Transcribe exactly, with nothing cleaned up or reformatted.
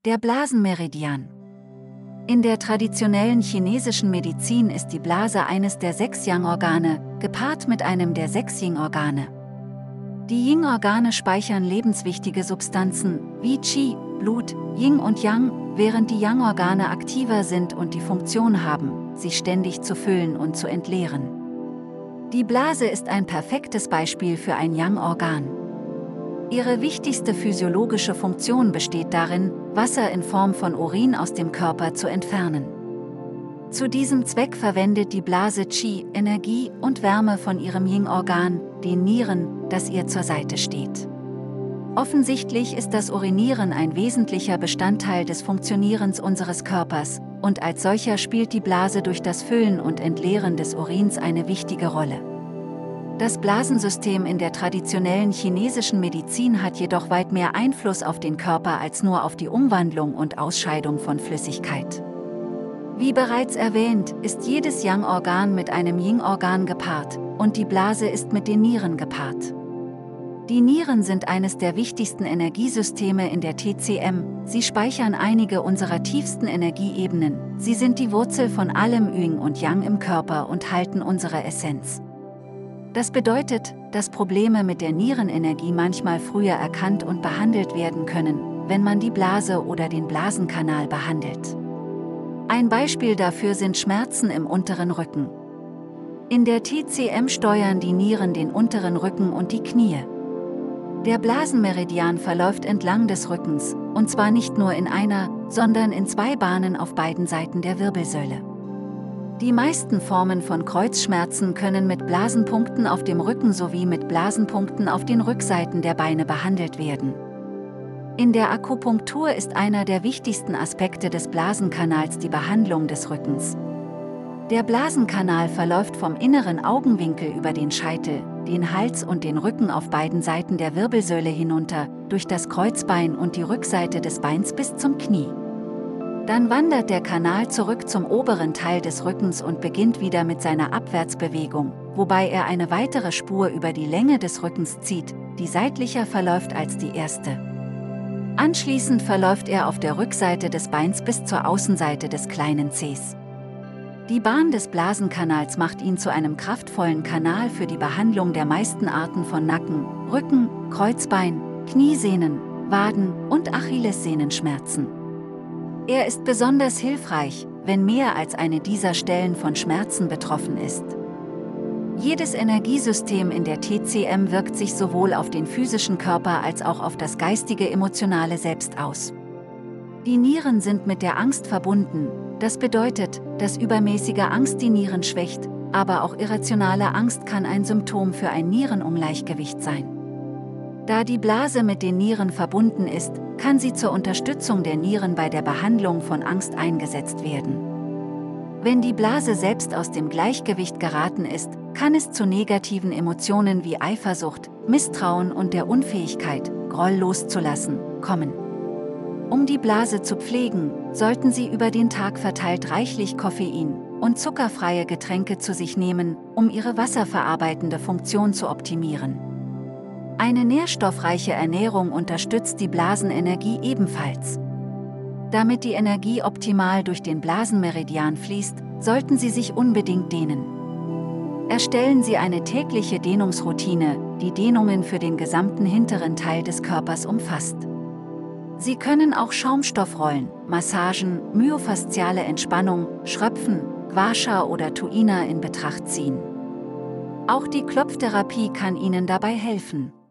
Der Blasenmeridian. In der traditionellen chinesischen Medizin ist die Blase eines der sechs Yang-Organe, gepaart mit einem der sechs Yin-Organe. Die Yin-Organe speichern lebenswichtige Substanzen, wie Qi, Blut, Yin und Yang, während die Yang-Organe aktiver sind und die Funktion haben, sich ständig zu füllen und zu entleeren. Die Blase ist ein perfektes Beispiel für ein Yang-Organ. Ihre wichtigste physiologische Funktion besteht darin, Wasser in Form von Urin aus dem Körper zu entfernen. Zu diesem Zweck verwendet die Blase Qi, Energie und Wärme von ihrem Yin-Organ, den Nieren, das ihr zur Seite steht. Offensichtlich ist das Urinieren ein wesentlicher Bestandteil des Funktionierens unseres Körpers, und als solcher spielt die Blase durch das Füllen und Entleeren des Urins eine wichtige Rolle. Das Blasensystem in der traditionellen chinesischen Medizin hat jedoch weit mehr Einfluss auf den Körper als nur auf die Umwandlung und Ausscheidung von Flüssigkeit. Wie bereits erwähnt, ist jedes Yang-Organ mit einem Yin-Organ gepaart, und die Blase ist mit den Nieren gepaart. Die Nieren sind eines der wichtigsten Energiesysteme in der T C M, sie speichern einige unserer tiefsten Energieebenen, sie sind die Wurzel von allem Yin und Yang im Körper und halten unsere Essenz. Das bedeutet, dass Probleme mit der Nierenenergie manchmal früher erkannt und behandelt werden können, wenn man die Blase oder den Blasenkanal behandelt. Ein Beispiel dafür sind Schmerzen im unteren Rücken. In der T C M steuern die Nieren den unteren Rücken und die Knie. Der Blasenmeridian verläuft entlang des Rückens, und zwar nicht nur in einer, sondern in zwei Bahnen auf beiden Seiten der Wirbelsäule. Die meisten Formen von Kreuzschmerzen können mit Blasenpunkten auf dem Rücken sowie mit Blasenpunkten auf den Rückseiten der Beine behandelt werden. In der Akupunktur ist einer der wichtigsten Aspekte des Blasenkanals die Behandlung des Rückens. Der Blasenkanal verläuft vom inneren Augenwinkel über den Scheitel, den Hals und den Rücken auf beiden Seiten der Wirbelsäule hinunter, durch das Kreuzbein und die Rückseite des Beins bis zum Knie. Dann wandert der Kanal zurück zum oberen Teil des Rückens und beginnt wieder mit seiner Abwärtsbewegung, wobei er eine weitere Spur über die Länge des Rückens zieht, die seitlicher verläuft als die erste. Anschließend verläuft er auf der Rückseite des Beins bis zur Außenseite des kleinen Zehs. Die Bahn des Blasenkanals macht ihn zu einem kraftvollen Kanal für die Behandlung der meisten Arten von Nacken, Rücken, Kreuzbein, Kniesehnen, Waden- und Achillessehnenschmerzen. Er ist besonders hilfreich, wenn mehr als eine dieser Stellen von Schmerzen betroffen ist. Jedes Energiesystem in der T C M wirkt sich sowohl auf den physischen Körper als auch auf das geistige emotionale Selbst aus. Die Nieren sind mit der Angst verbunden, das bedeutet, dass übermäßige Angst die Nieren schwächt, aber auch irrationale Angst kann ein Symptom für ein Nierenungleichgewicht sein. Da die Blase mit den Nieren verbunden ist, kann sie zur Unterstützung der Nieren bei der Behandlung von Angst eingesetzt werden. Wenn die Blase selbst aus dem Gleichgewicht geraten ist, kann es zu negativen Emotionen wie Eifersucht, Misstrauen und der Unfähigkeit, Groll loszulassen, kommen. Um die Blase zu pflegen, sollten Sie über den Tag verteilt reichlich Koffein und zuckerfreie Getränke zu sich nehmen, um Ihre wasserverarbeitende Funktion zu optimieren. Eine nährstoffreiche Ernährung unterstützt die Blasenenergie ebenfalls. Damit die Energie optimal durch den Blasenmeridian fließt, sollten Sie sich unbedingt dehnen. Erstellen Sie eine tägliche Dehnungsroutine, die Dehnungen für den gesamten hinteren Teil des Körpers umfasst. Sie können auch Schaumstoffrollen, Massagen, myofasziale Entspannung, Schröpfen, Gua Sha oder Tuina in Betracht ziehen. Auch die Klopftherapie kann Ihnen dabei helfen.